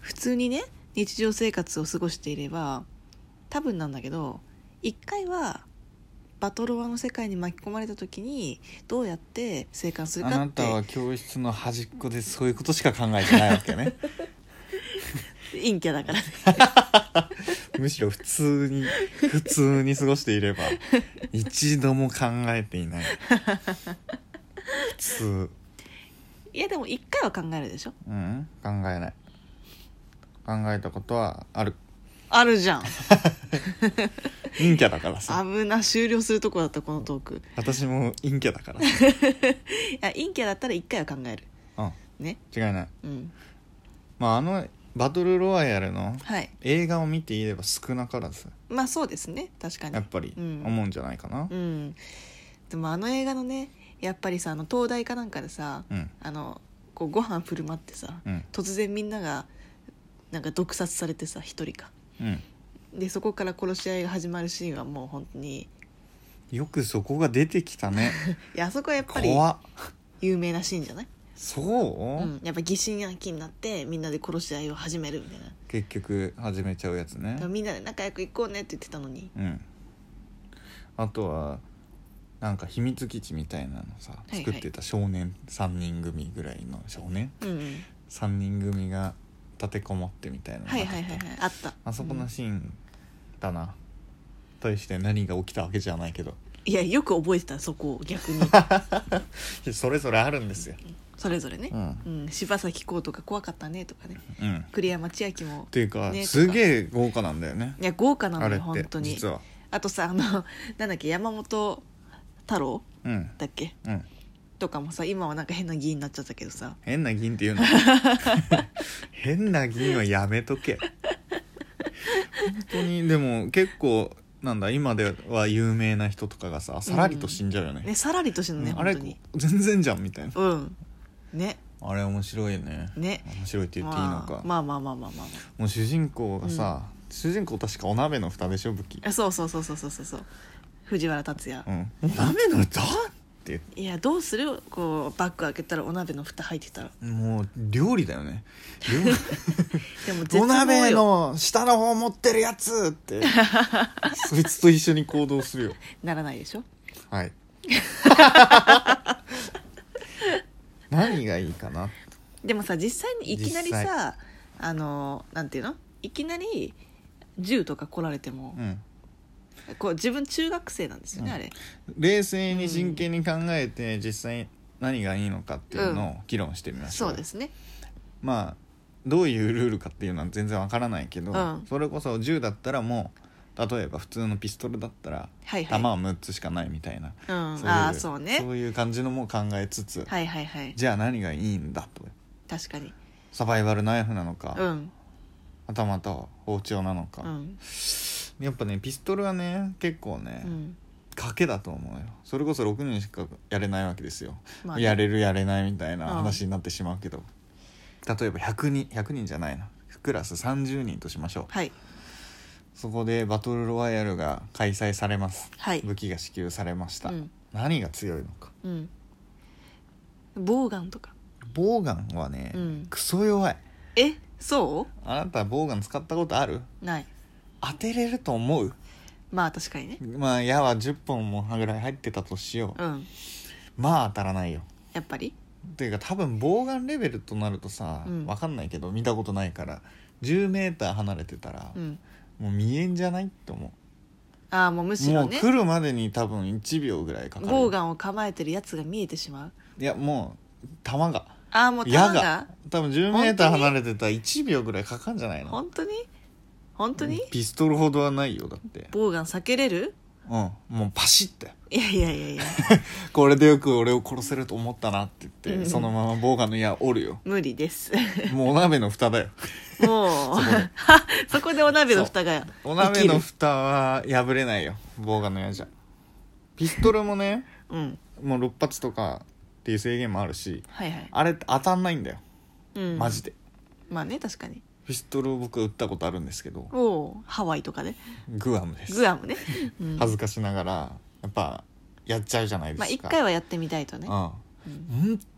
普通にね日常生活を過ごしていれば多分なんだけど一回はバトロワの世界に巻き込まれた時にどうやって生還するかって。 あなたは教室の端っこでそういうことしか考えてないわけね陰キャだからねむしろ普通に過ごしていれば一度も考えていない普通。 いやでも一回は考えるでしょ。 うん考えない。考えたことはあるじゃん陰キャだからさ。 危な、終了するとこだったこのトーク。 私も陰キャだからさいや陰キャだったら一回は考えるうんね。 違いない。 うんまあバトルロワイヤルのはい映画を見ていれば少なからずまあそうですね確かにやっぱりうん思うんじゃないかな。 うんでもあの映画のねやっぱりさ東大かなんかでさうんこうご飯振る舞ってさうん突然みんながなんか毒殺されてさ一人かうんでそこから殺し合いが始まるシーンはもう本当によくそこが出てきたねいやあそこはやっぱり怖っ。 有名なシーンじゃないそう、 やっぱ疑心暗鬼になってみんなで殺し合いを始めるみたいな。 結局始めちゃうやつねだからみんなで仲良く行こうねって言ってたのにうんあとはなんか秘密基地みたいなのさいはい作ってた少年3人組ぐらいの少年うんうん 3人組が立てこもってみたいなのがはいはいはいはいあったあそこのシーンだな、対して何が起きたわけじゃないけどいやよく覚えてたそこを逆にそれぞれあるんですよ。 それぞれね、 うん柴咲コウとか怖かったねとかねうん栗山千明もっていうか、 ねとかすげえ豪華なんだよねいや豪華なのよあれって本当に。 実はあとさなんだっけ山本太郎うんだっけうんとかもさ今はなんか変な議員になっちゃったけどさ変な銀っていうの変な銀はやめとけ本当に。でも結構なんだ今では有名な人とかがささらりと死んじゃうよね、 ねさらりとしてるね、 あれ本当に全然じゃんみたいな。 うんねあれ面白いよね。 ね面白いって言っていいのか、 まあまあまあまあまあまあもう主人公がさ、主人公確かお鍋の蓋でしょ武器。 そうそう藤原竜也、 お鍋の蓋っていやどうするこうバッグ開けたらお鍋の蓋入ってたらもう料理だよねでも絶望よお鍋の下の方持ってるやつってそいつと一緒に行動するよ。 ならないでしょ。 はい何がいいかな。 でもさ実際にいきなりさなんていうのいきなり銃とか来られても、 うんこう自分中学生なんですよね、あれ冷静に真剣に考えて、実際何がいいのかっていうのを議論してみましょう。 そうですね。 まあどういうルールかっていうのは全然わからないけど、 うんそれこそ銃だったらもう例えば普通のピストルだったら、 はいはい弾は6つしかないみたいな、 うんそういうそうねそういう感じのも考えつつ、 はいはいはいじゃあ何がいいんだと。 確かにサバイバルナイフなのか、 うんはたまた包丁なのか、 うんやっぱねピストルはね結構ね、 うん賭けだと思うよ。それこそ6人しかやれないわけですよ、 まあねやれるやれないみたいな話になってしまうけど、例えば100人じゃないなクラス30人としましょう。 はいそこでバトルロワイヤルが開催されます、 はい武器が支給されました、 うん何が強いのか。 うんボウガンとかボウガンはね、 うんクソ弱い。 そあなたボウガン使ったことある？ うない当てれると思う？ まあ確かにねまあ矢は10本もぐらい入ってたとしよう、 うんまあ当たらないよ。 やっぱりっていうか多分ボウガンレベルとなるとさ、 うんわかんないけど見たことないから10メーター離れてたら、 うんもう見えんじゃないって思ああもうむしう。もろねう来るまでに多分1秒ぐらいかかる。 ボウガンを構えてるやつが見えてしまう。 いやもう弾がああもう矢弾がが多分10メーター離れてたら1秒ぐらいかかんじゃないの？ 本当に本当にピストルほどはないよだって。 ボウガン避けれる？ もうパシッていやいやいやいやこれでよく俺を殺せると思ったなって言って、 うんそのままボウガンの矢折るよ。 無理ですもうお鍋の蓋だよもうそこでお鍋の蓋がお鍋の蓋は破れないよボウガンの矢じゃ。ピストルもねうんもう6発とかっていう制限もあるし、 はいはいあれって当たんないんだよ、 うんマジで。 まあね確かにピストルを僕は撃ったことあるんですけど、 おおハワイとかでグアムです。 グアムね、うん、 恥ずかしながらやっぱやっちゃうじゃないですか。 まあ一回はやってみたいとね、 うん、本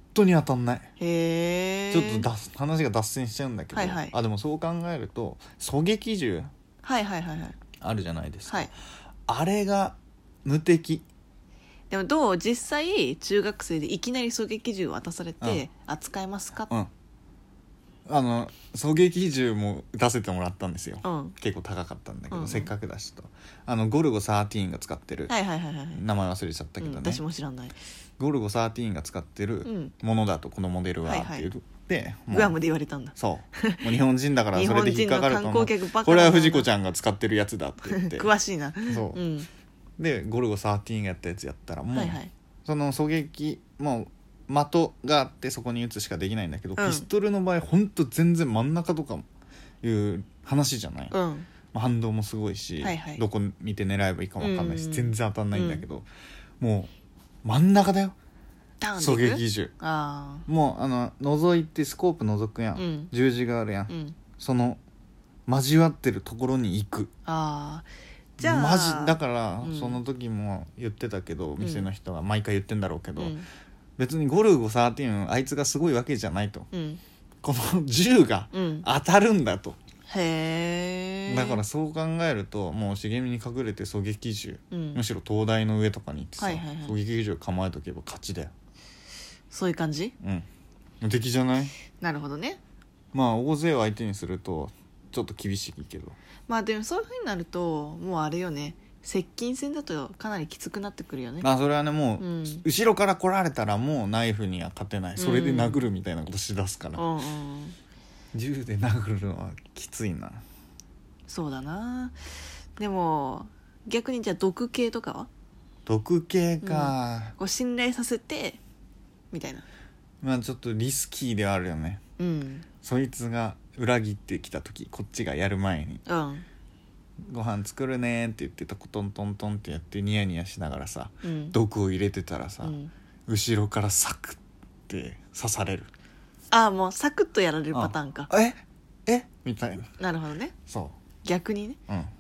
当に当たんない。 へえ。 ちょっと話が脱線しちゃうんだけど、 はいはい、 あ、 でもそう考えると狙撃銃はいはいはいはい、 あるじゃないですか、 はい。 あれが無敵。 でもどう、実際中学生でいきなり狙撃銃を渡されて、扱えますか？ うん狙撃銃も出せてもらったんですよ、 うん、 結構高かったんだけど、 うん、 せっかくだしとゴルゴ13が使ってる、 はいはいはいはい、 名前忘れちゃったけどね、 私も知らない。 ゴルゴ13が使ってるものだとこのモデルはっていう、 はいはい、 でグアムで言われたんだ。 そうもう日本人だからそれで引っかかると思う。 日本人の観光客ばっかこれは藤子ちゃんが使ってるやつだって言って詳しいな。 そう、でゴルゴ13がやったやつやったらもう、 はいはい、 その狙撃もう的があってそこに撃つしかできないんだけど、ピストルの場合ほんと全然真ん中とかもいう話じゃない、反動もすごいし、 はいはい、 どこ見て狙えばいいかも分かんないし、全然当たんないんだけど、もう真ん中だよ狙撃銃。もう覗いてスコープ覗くやん、十字があるやん、その交わってるところに行く。じゃあマジだから、その時も言ってたけど、店の人は毎回言ってんだろうけど、別にゴルゴ13あいつがすごいわけじゃないと、この銃が当たるんだと、 へえ。だからそう考えるともう茂みに隠れて狙撃銃、むしろ灯台の上とかに行ってさ、狙撃銃構えとけば勝ちだよ。 そういう感じ？ 無敵じゃない？ なるほどね。 まあ大勢を相手にするとちょっと厳しいけど、 まあでもそういう風になるともうあれよね、接近戦だとかなりきつくなってくるよね。 それはねもう、後ろから来られたらもうナイフには勝てない、それで殴るみたいなことしだすから、銃で殴るのはきついな。 そうだな。でも逆にじゃあ毒系とかは？ 毒系か、 こう信頼させてみたいな。 まあちょっとリスキーではあるよね、そいつが裏切ってきた時、こっちがやる前に、ご飯作るねって言ってトントントンってやってニヤニヤしながらさ、毒を入れてたらさ、後ろからサクって刺される。 もうサクッとやられるパターンか。 えみたいな。 なるほどね。 そう逆にね。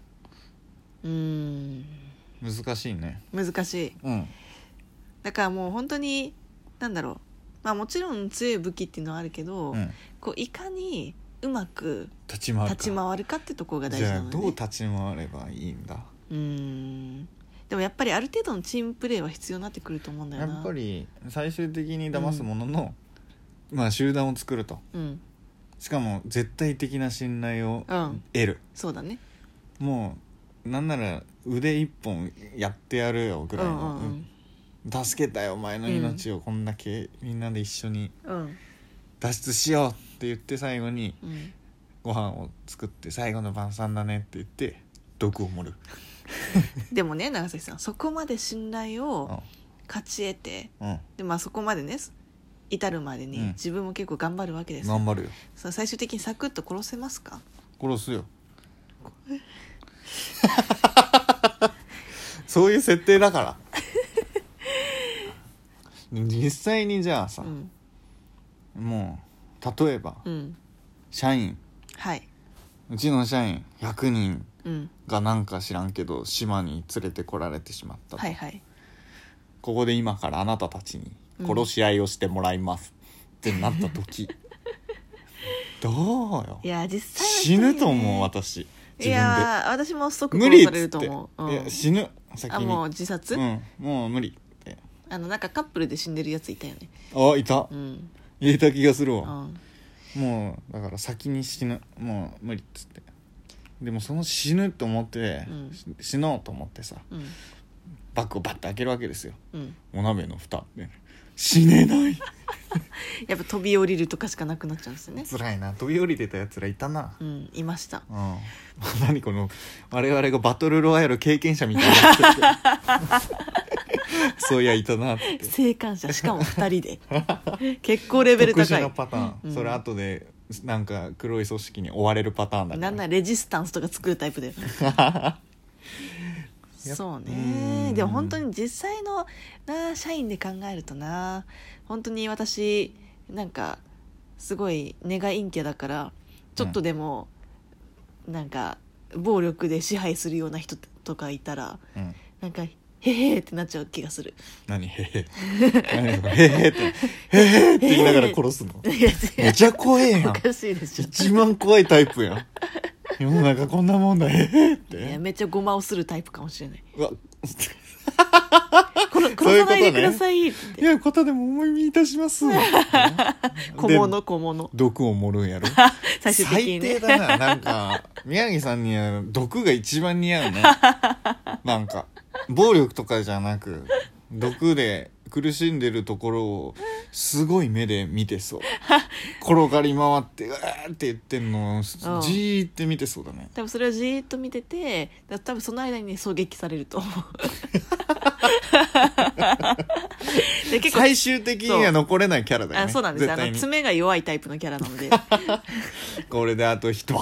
難しいね。 難しい、だからもう本当になんだろう、まあもちろん強い武器っていうのはあるけど、こういかにうまく立ち回るかってところが大事なのね。 じゃあどう立ち回ればいいんだ。 でもやっぱりある程度のチームプレーは必要になってくると思うんだよな。 やっぱり最終的に騙すものの、まあ集団を作ると、しかも絶対的な信頼を得る、 そうだね。 もうなんなら腕一本やってやるよぐらいの、助けたよお前の命を、こんだけみんなで一緒に脱出しようって言って最後に、ご飯を作って最後の晩餐だねって言って毒を盛るでもね長崎さん、そこまで信頼を勝ち得て、でまあそこまでね至るまでに自分も結構頑張るわけですよ。 頑張るよ。 最終的にサクッと殺せますか？ 殺すよそういう設定だから実際にじゃあさ、もう例えば、社員、うちの社員100人がなんか知らんけど島に連れてこられてしまったと、ここで今からあなたたちに殺し合いをしてもらいますってなった時、どうよ。 いや実際は死ぬと思う私。 いや私も即殺されると思う。 いや死ぬ先に。 もう自殺？ もう無理って。 なんかカップルで死んでるやついたよね。 いた、言えた気がするわ、もうだから先に死ぬ、もう無理っつって。でもその死ぬと思って、死のうと思ってさ、バッグをバッて開けるわけですよ、お鍋の蓋で死ねないやっぱ飛び降りるとかしかなくなっちゃうんですよね。 辛いな。飛び降りてたやつらいたな。 いました、 何この我々がバトルロワイヤル経験者みたいなそういやいたなって。 生還者、しかも2人で結構レベル高い特殊なパターン、それ後でなんか黒い組織に追われるパターンだから。 なんならレジスタンスとか作るタイプでそうね。でも本当に実際の社員で考えるとな、本当に私なんかすごい根が陰キャだからちょっとでもなんか暴力で支配するような人とかいたら、なんかへへってなっちゃう気がする。 何へへ何それへへってへへって言いながら殺すのいやめちゃ怖えやん。 おかしいでしょ。 一番怖いタイプやん。世の中こんなもんだへへっいやて。 めっちゃごまをするタイプかもしれない。 うわ殺さないでくださいっていやことでも思いいたします小物毒を盛るんやろ最終的にね。 最低だな。なんか宮城さんには毒が一番似合うね。なんか暴力とかじゃなく毒で苦しんでるところをすごい目で見てそう。転がり回ってうわーって言ってんのをじーって見てそうだね。 多分それをじーっと見てて、多分その間に、ね、狙撃されると思う。で結構最終的には残れないキャラだよね。 そうなんです。 絶対に爪が弱いタイプのキャラなので。 これであと一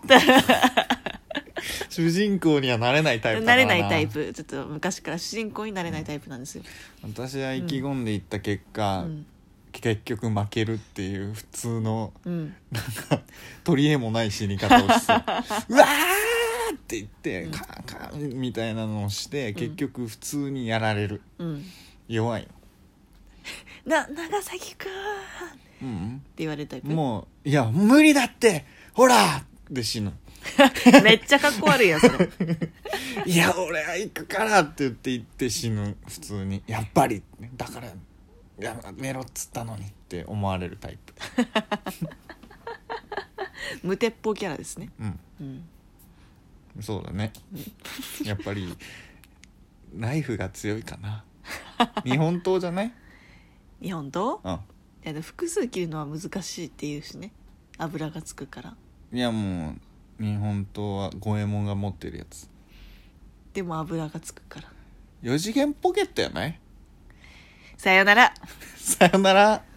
主人公にはなれないタイプだからな。 なれないタイプ。ちょっと昔から主人公になれないタイプなんですよ。 私は意気込んでいった結果、結局負けるっていう普通の、なんか取り柄もない死に方をしてうわーって言って、カーカーみたいなのをして、結局普通にやられる、弱い長崎くん、って言われたタイプ。 もういや無理だってほらで死ぬ。 めっちゃかっこ悪いやつね。 いや俺は行くからって言って死ぬ。普通にやっぱりだからやめろっつったのにって思われるタイプ。 無鉄砲キャラですね。 そうだね。やっぱりナイフが強いかな。日本刀じゃない？ 日本刀？ うん。 いやで複数切るのは難しいっていうしね。油がつくから。 いやもう日本刀は五右衛門が持ってるやつ。 でも油がつくから。 4次元ポケットやない？ さよなら。 さよなら。